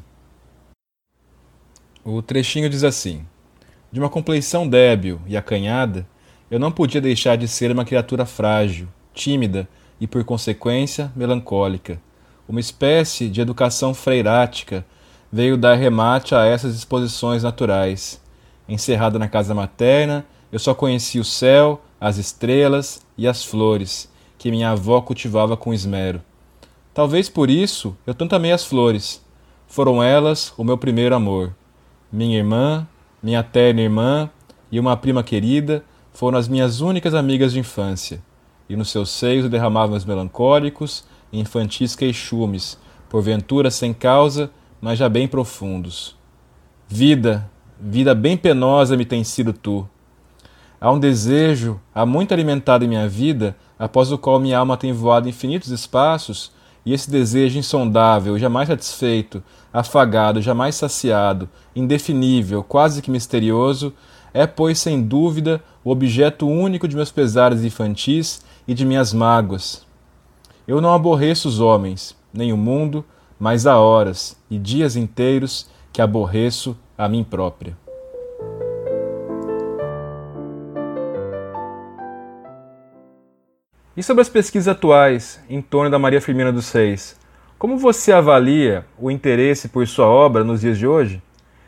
O trechinho diz assim: de uma compleição débil e acanhada, eu não podia deixar de ser uma criatura frágil, tímida e, por consequência, melancólica, uma espécie de educação freirática, veio dar remate a essas exposições naturais. Encerrada na casa materna, eu só conhecia o céu, as estrelas e as flores, que minha avó cultivava com esmero. Talvez por isso eu tanto amei as flores. Foram elas o meu primeiro amor. Minha irmã, minha terna irmã e uma prima querida foram as minhas únicas amigas de infância, e nos seus seios eu derramava meus melancólicos e infantis queixumes, porventura sem causa, mas já bem profundos. Vida, vida bem penosa me tem sido tu. Há um desejo, há muito alimentado em minha vida, após o qual minha alma tem voado infinitos espaços, e esse desejo insondável, jamais satisfeito, afagado, jamais saciado, indefinível, quase que misterioso, é, pois, sem dúvida, o objeto único de meus pesares infantis e de minhas mágoas. Eu não aborreço os homens, nem o mundo, mas há horas e dias inteiros que aborreço a mim própria. E sobre as pesquisas atuais em torno da Maria Firmina dos Reis, como você avalia o interesse por sua obra nos dias de hoje?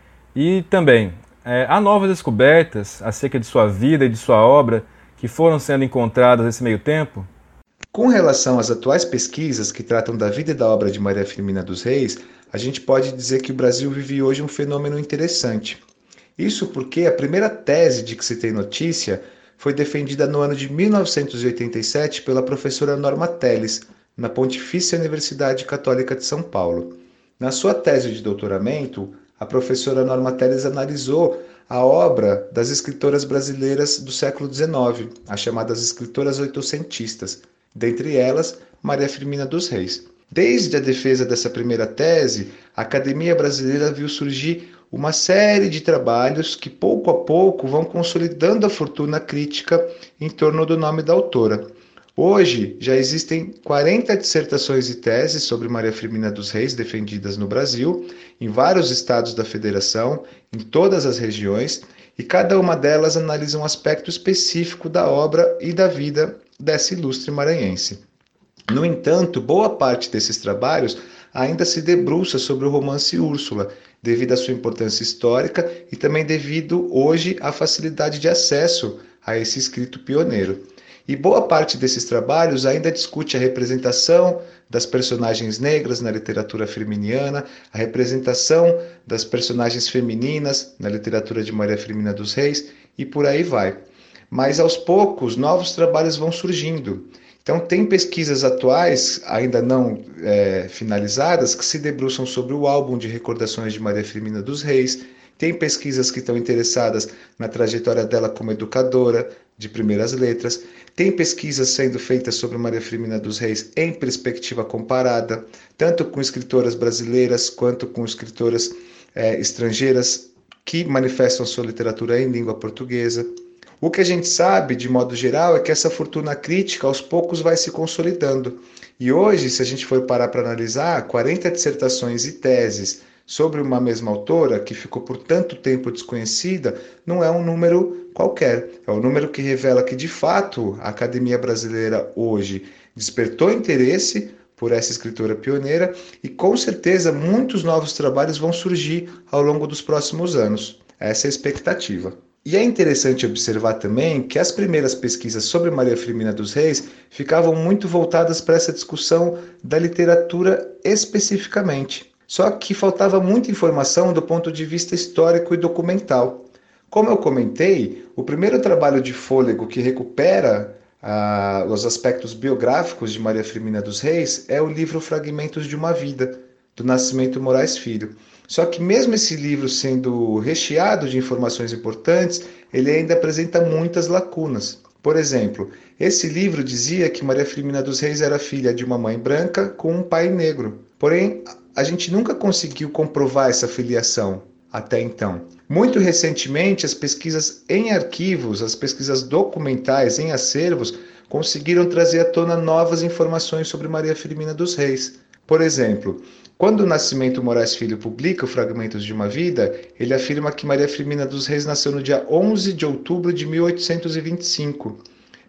E também, é, há novas descobertas acerca de sua vida e de sua obra que foram sendo encontradas nesse meio tempo? Com relação às atuais pesquisas que tratam da vida e da obra de Maria Firmina dos Reis, a gente pode dizer que o Brasil vive hoje um fenômeno interessante. Isso porque a primeira tese de que se tem notícia foi defendida no ano de mil novecentos e oitenta e sete pela professora Norma Telles, na Pontifícia Universidade Católica de São Paulo. Na sua tese de doutoramento, a professora Norma Telles analisou a obra das escritoras brasileiras do século dezenove, as chamadas escritoras oitocentistas, dentre elas Maria Firmina dos Reis. Desde a defesa dessa primeira tese, a Academia Brasileira viu surgir uma série de trabalhos que pouco a pouco vão consolidando a fortuna crítica em torno do nome da autora. Hoje já existem quarenta dissertações e teses sobre Maria Firmina dos Reis defendidas no Brasil, em vários estados da federação, em todas as regiões, e cada uma delas analisa um aspecto específico da obra e da vida dessa ilustre maranhense. No entanto, boa parte desses trabalhos ainda se debruça sobre o romance Úrsula, devido à sua importância histórica e também devido, hoje, à facilidade de acesso a esse escrito pioneiro. E boa parte desses trabalhos ainda discute a representação das personagens negras na literatura firminiana, a representação das personagens femininas na literatura de Maria Firmina dos Reis e por aí vai. Mas aos poucos, novos trabalhos vão surgindo. Então, tem pesquisas atuais, ainda não é, finalizadas, que se debruçam sobre o álbum de recordações de Maria Firmina dos Reis. Tem pesquisas que estão interessadas na trajetória dela como educadora de primeiras letras. Tem pesquisas sendo feitas sobre Maria Firmina dos Reis em perspectiva comparada, tanto com escritoras brasileiras quanto com escritoras é, estrangeiras que manifestam sua literatura em língua portuguesa. O que a gente sabe, de modo geral, é que essa fortuna crítica aos poucos vai se consolidando. E hoje, se a gente for parar para analisar, quarenta dissertações e teses sobre uma mesma autora, que ficou por tanto tempo desconhecida, não é um número qualquer. É um número que revela que, de fato, a Academia Brasileira hoje despertou interesse por essa escritora pioneira e, com certeza, muitos novos trabalhos vão surgir ao longo dos próximos anos. Essa é a expectativa. E é interessante observar também que as primeiras pesquisas sobre Maria Firmina dos Reis ficavam muito voltadas para essa discussão da literatura especificamente. Só que faltava muita informação do ponto de vista histórico e documental. Como eu comentei, o primeiro trabalho de fôlego que recupera ah, os aspectos biográficos de Maria Firmina dos Reis é o livro Fragmentos de uma Vida, do Nascimento Moraes Filho. Só que mesmo esse livro sendo recheado de informações importantes, ele ainda apresenta muitas lacunas. Por exemplo, esse livro dizia que Maria Firmina dos Reis era filha de uma mãe branca com um pai negro. Porém, a gente nunca conseguiu comprovar essa filiação até então. Muito recentemente, as pesquisas em arquivos, as pesquisas documentais em acervos, conseguiram trazer à tona novas informações sobre Maria Firmina dos Reis. Por exemplo, quando o Nascimento Moraes Filho publica o Fragmentos de uma Vida, ele afirma que Maria Firmina dos Reis nasceu no dia onze de outubro de mil oitocentos e vinte e cinco.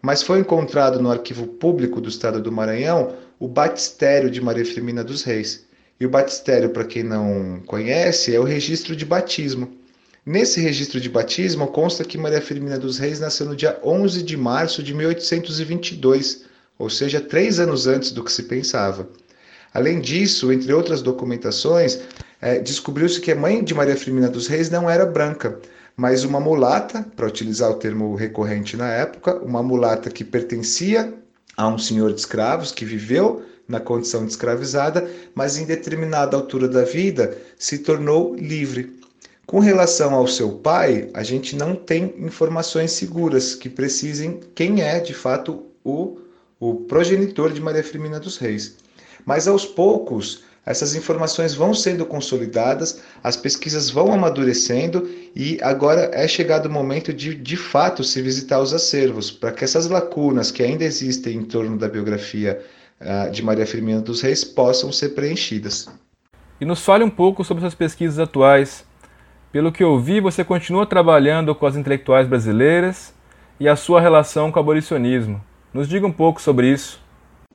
mas foi encontrado no arquivo público do estado do Maranhão o batistério de Maria Firmina dos Reis. E o batistério, para quem não conhece, é o registro de batismo. Nesse registro de batismo consta que Maria Firmina dos Reis nasceu no dia onze de março de mil oitocentos e vinte e dois, ou seja, três anos antes do que se pensava. Além disso, entre outras documentações, é, descobriu-se que a mãe de Maria Firmina dos Reis não era branca, mas uma mulata, para utilizar o termo recorrente na época, uma mulata que pertencia a um senhor de escravos, que viveu na condição de escravizada, mas em determinada altura da vida se tornou livre. Com relação ao seu pai, a gente não tem informações seguras que precisem quem é, de fato, o, o progenitor de Maria Firmina dos Reis. Mas, aos poucos, essas informações vão sendo consolidadas, as pesquisas vão amadurecendo e agora é chegado o momento de, de fato, se visitar os acervos, para que essas lacunas que ainda existem em torno da biografia uh, de Maria Firmina dos Reis possam ser preenchidas. E nos fale um pouco sobre essas pesquisas atuais. Pelo que eu vi, você continua trabalhando com as intelectuais brasileiras e a sua relação com o abolicionismo. Nos diga um pouco sobre isso.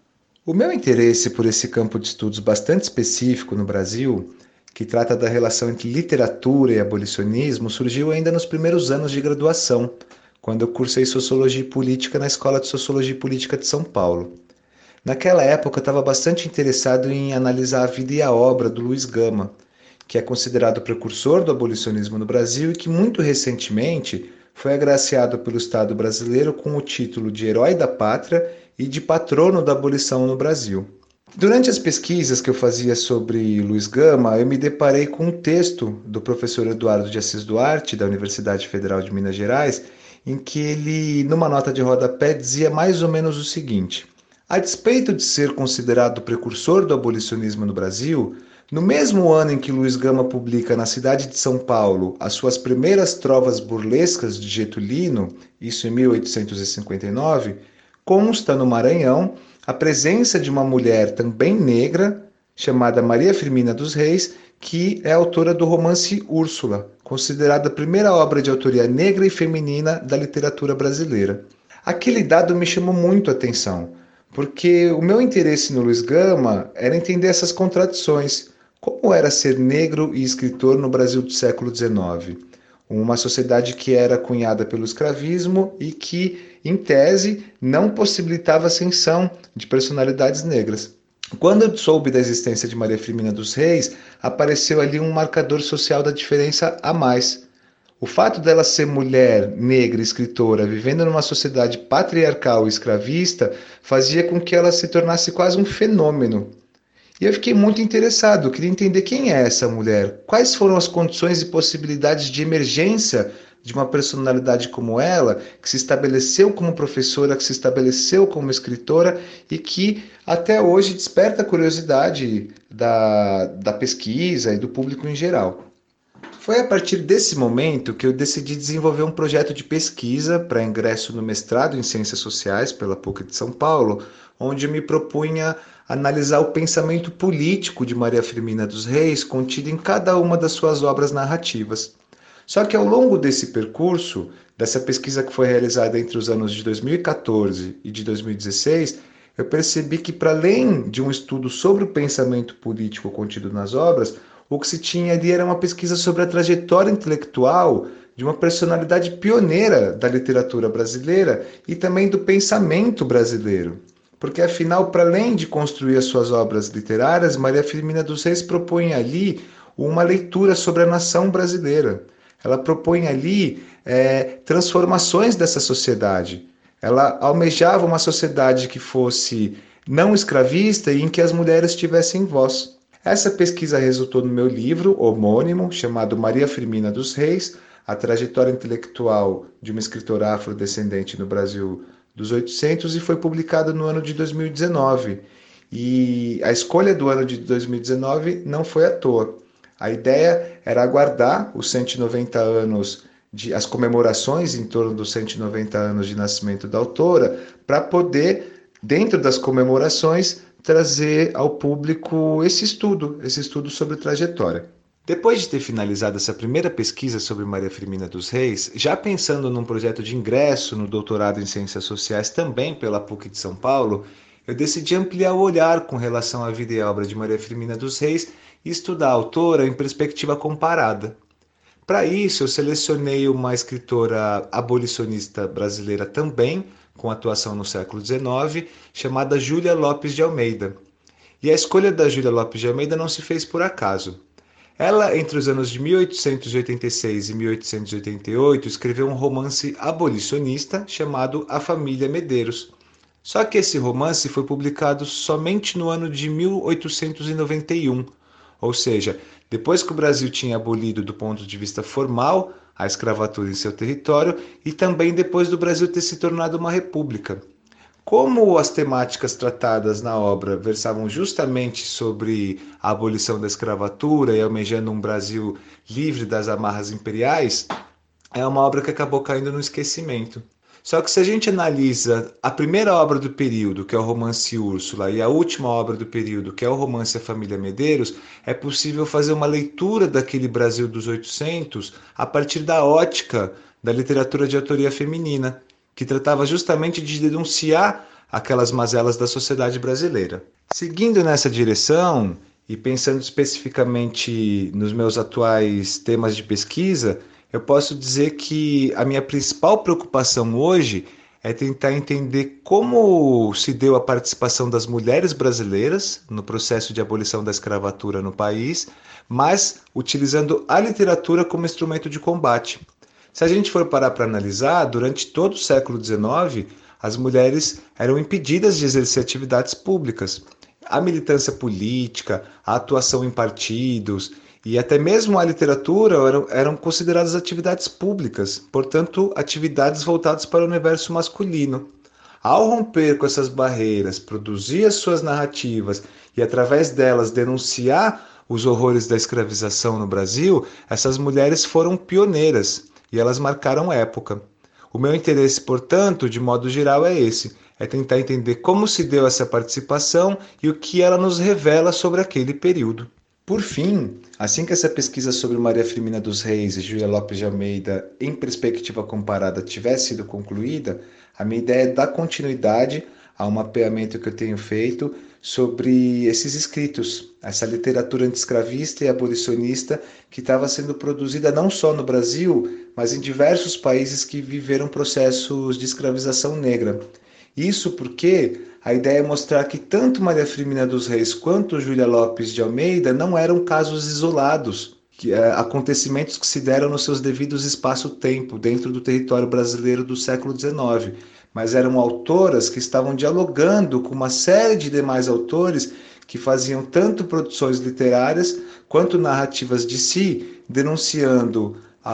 O meu interesse por esse campo de estudos bastante específico no Brasil, que trata da relação entre literatura e abolicionismo, surgiu ainda nos primeiros anos de graduação, quando eu cursei Sociologia e Política na Escola de Sociologia e Política de São Paulo. Naquela época eu estava bastante interessado em analisar a vida e a obra do Luiz Gama, que é considerado precursor do abolicionismo no Brasil e que muito recentemente foi agraciado pelo Estado brasileiro com o título de Herói da Pátria e de patrono da abolição no Brasil. Durante as pesquisas que eu fazia sobre Luiz Gama, eu me deparei com um texto do professor Eduardo de Assis Duarte, da Universidade Federal de Minas Gerais, em que ele, numa nota de rodapé, dizia mais ou menos o seguinte: a despeito de ser considerado o precursor do abolicionismo no Brasil, no mesmo ano em que Luiz Gama publica na cidade de São Paulo as suas primeiras trovas burlescas de Getulino, isso em mil oitocentos e cinquenta e nove, consta no Maranhão a presença de uma mulher também negra, chamada Maria Firmina dos Reis, que é autora do romance Úrsula, considerada a primeira obra de autoria negra e feminina da literatura brasileira. Aquele dado me chamou muito a atenção, porque o meu interesse no Luiz Gama era entender essas contradições. Como era ser negro e escritor no Brasil do século dezenove? Uma sociedade que era cunhada pelo escravismo e que, em tese, não possibilitava a ascensão de personalidades negras. Quando eu soube da existência de Maria Firmina dos Reis, apareceu ali um marcador social da diferença a mais. O fato dela ser mulher, negra, escritora, vivendo numa sociedade patriarcal e escravista, fazia com que ela se tornasse quase um fenômeno. E eu fiquei muito interessado, eu queria entender quem é essa mulher, quais foram as condições e possibilidades de emergência de uma personalidade como ela, que se estabeleceu como professora, que se estabeleceu como escritora e que até hoje desperta a curiosidade da, da pesquisa e do público em geral. Foi a partir desse momento que eu decidi desenvolver um projeto de pesquisa para ingresso no mestrado em Ciências Sociais pela P U C de São Paulo, onde eu me propunha analisar o pensamento político de Maria Firmina dos Reis contido em cada uma das suas obras narrativas. Só que ao longo desse percurso, dessa pesquisa que foi realizada entre os anos de dois mil e quatorze e de dois mil e dezesseis, eu percebi que, para além de um estudo sobre o pensamento político contido nas obras, o que se tinha ali era uma pesquisa sobre a trajetória intelectual de uma personalidade pioneira da literatura brasileira e também do pensamento brasileiro. Porque, afinal, para além de construir as suas obras literárias, Maria Firmina dos Reis propõe ali uma leitura sobre a nação brasileira. Ela propõe ali é, transformações dessa sociedade. Ela almejava uma sociedade que fosse não escravista e em que as mulheres tivessem voz. Essa pesquisa resultou no meu livro homônimo, chamado Maria Firmina dos Reis, a trajetória intelectual de uma escritora afrodescendente no Brasil dos oitocentos, e foi publicado no ano de dois mil e dezenove. E a escolha do ano de dois mil e dezenove não foi à toa. A ideia era aguardar os cento e noventa anos, de, as comemorações em torno dos cento e noventa anos de nascimento da autora, para poder, dentro das comemorações, trazer ao público esse estudo, esse estudo sobre trajetória. Depois de ter finalizado essa primeira pesquisa sobre Maria Firmina dos Reis, já pensando num projeto de ingresso no doutorado em Ciências Sociais também pela P U C de São Paulo, eu decidi ampliar o olhar com relação à vida e obra de Maria Firmina dos Reis e estudar a autora em perspectiva comparada. Para isso, eu selecionei uma escritora abolicionista brasileira também, com atuação no século dezenove, chamada Júlia Lopes de Almeida. E a escolha da Júlia Lopes de Almeida não se fez por acaso. Ela, entre os anos de mil oitocentos e oitenta e seis e mil oitocentos e oitenta e oito, escreveu um romance abolicionista chamado A Família Medeiros. Só que esse romance foi publicado somente no ano de mil oitocentos e noventa e um, ou seja, depois que o Brasil tinha abolido do ponto de vista formal a escravatura em seu território e também depois do Brasil ter se tornado uma república. Como as temáticas tratadas na obra versavam justamente sobre a abolição da escravatura e almejando um Brasil livre das amarras imperiais, é uma obra que acabou caindo no esquecimento. Só que se a gente analisa a primeira obra do período, que é o romance Úrsula, e a última obra do período, que é o romance A Família Medeiros, é possível fazer uma leitura daquele Brasil dos oitocentos a partir da ótica da literatura de autoria feminina, que tratava justamente de denunciar aquelas mazelas da sociedade brasileira. Seguindo nessa direção, e pensando especificamente nos meus atuais temas de pesquisa, eu posso dizer que a minha principal preocupação hoje é tentar entender como se deu a participação das mulheres brasileiras no processo de abolição da escravatura no país, mas utilizando a literatura como instrumento de combate. Se a gente for parar para analisar, durante todo o século dezenove, as mulheres eram impedidas de exercer atividades públicas. A militância política, a atuação em partidos e até mesmo a literatura eram, eram consideradas atividades públicas, portanto, atividades voltadas para o universo masculino. Ao romper com essas barreiras, produzir as suas narrativas e, através delas, denunciar os horrores da escravização no Brasil, essas mulheres foram pioneiras. E elas marcaram época. O meu interesse, portanto, de modo geral é esse, é tentar entender como se deu essa participação e o que ela nos revela sobre aquele período. Por fim, assim que essa pesquisa sobre Maria Firmina dos Reis e Júlia Lopes de Almeida em perspectiva comparada tivesse sido concluída, a minha ideia é dar continuidade a um mapeamento que eu tenho feito sobre esses escritos, essa literatura anti-escravista e abolicionista que estava sendo produzida não só no Brasil, mas em diversos países que viveram processos de escravização negra. Isso porque a ideia é mostrar que tanto Maria Firmina dos Reis quanto Júlia Lopes de Almeida não eram casos isolados, que, é, acontecimentos que se deram nos seus devidos espaço-tempo dentro do território brasileiro do século dezenove, mas eram autoras que estavam dialogando com uma série de demais autores que faziam tanto produções literárias quanto narrativas de si, denunciando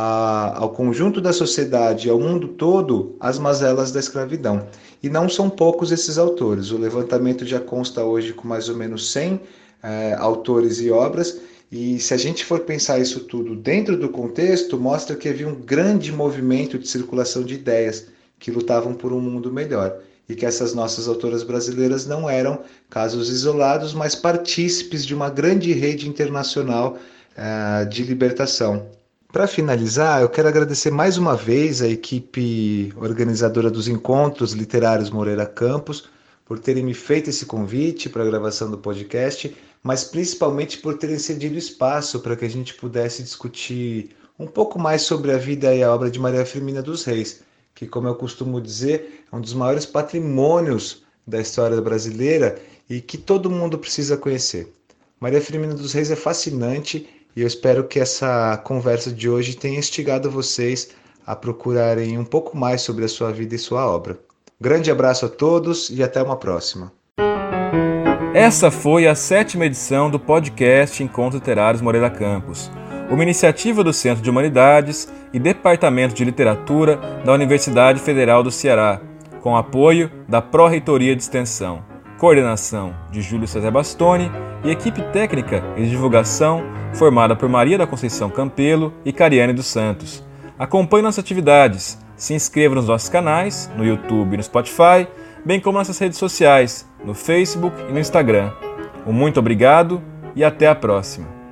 a, ao conjunto da sociedade e ao mundo todo as mazelas da escravidão. E não são poucos esses autores. O levantamento já consta hoje com mais ou menos cem é, autores e obras, e se a gente for pensar isso tudo dentro do contexto, mostra que havia um grande movimento de circulação de ideias que lutavam por um mundo melhor, e que essas nossas autoras brasileiras não eram casos isolados, mas partícipes de uma grande rede internacional uh, de libertação. Para finalizar, eu quero agradecer mais uma vez a equipe organizadora dos Encontros Literários Moreira Campos por terem me feito esse convite para a gravação do podcast, mas principalmente por terem cedido espaço para que a gente pudesse discutir um pouco mais sobre a vida e a obra de Maria Firmina dos Reis, que, como eu costumo dizer, é um dos maiores patrimônios da história brasileira e que todo mundo precisa conhecer. Maria Firmina dos Reis é fascinante e eu espero que essa conversa de hoje tenha instigado vocês a procurarem um pouco mais sobre a sua vida e sua obra. Grande abraço a todos e até uma próxima. Essa foi a sétima edição do podcast Encontros Literários Moreira Campos, uma iniciativa do Centro de Humanidades e Departamento de Literatura da Universidade Federal do Ceará, com apoio da Pró-Reitoria de Extensão, coordenação de Júlio César Bastoni e equipe técnica e de divulgação formada por Maria da Conceição Campelo e Cariane dos Santos. Acompanhe nossas atividades, se inscreva nos nossos canais, no YouTube e no Spotify, bem como nas nossas redes sociais, no Facebook e no Instagram. Um muito obrigado e até a próxima!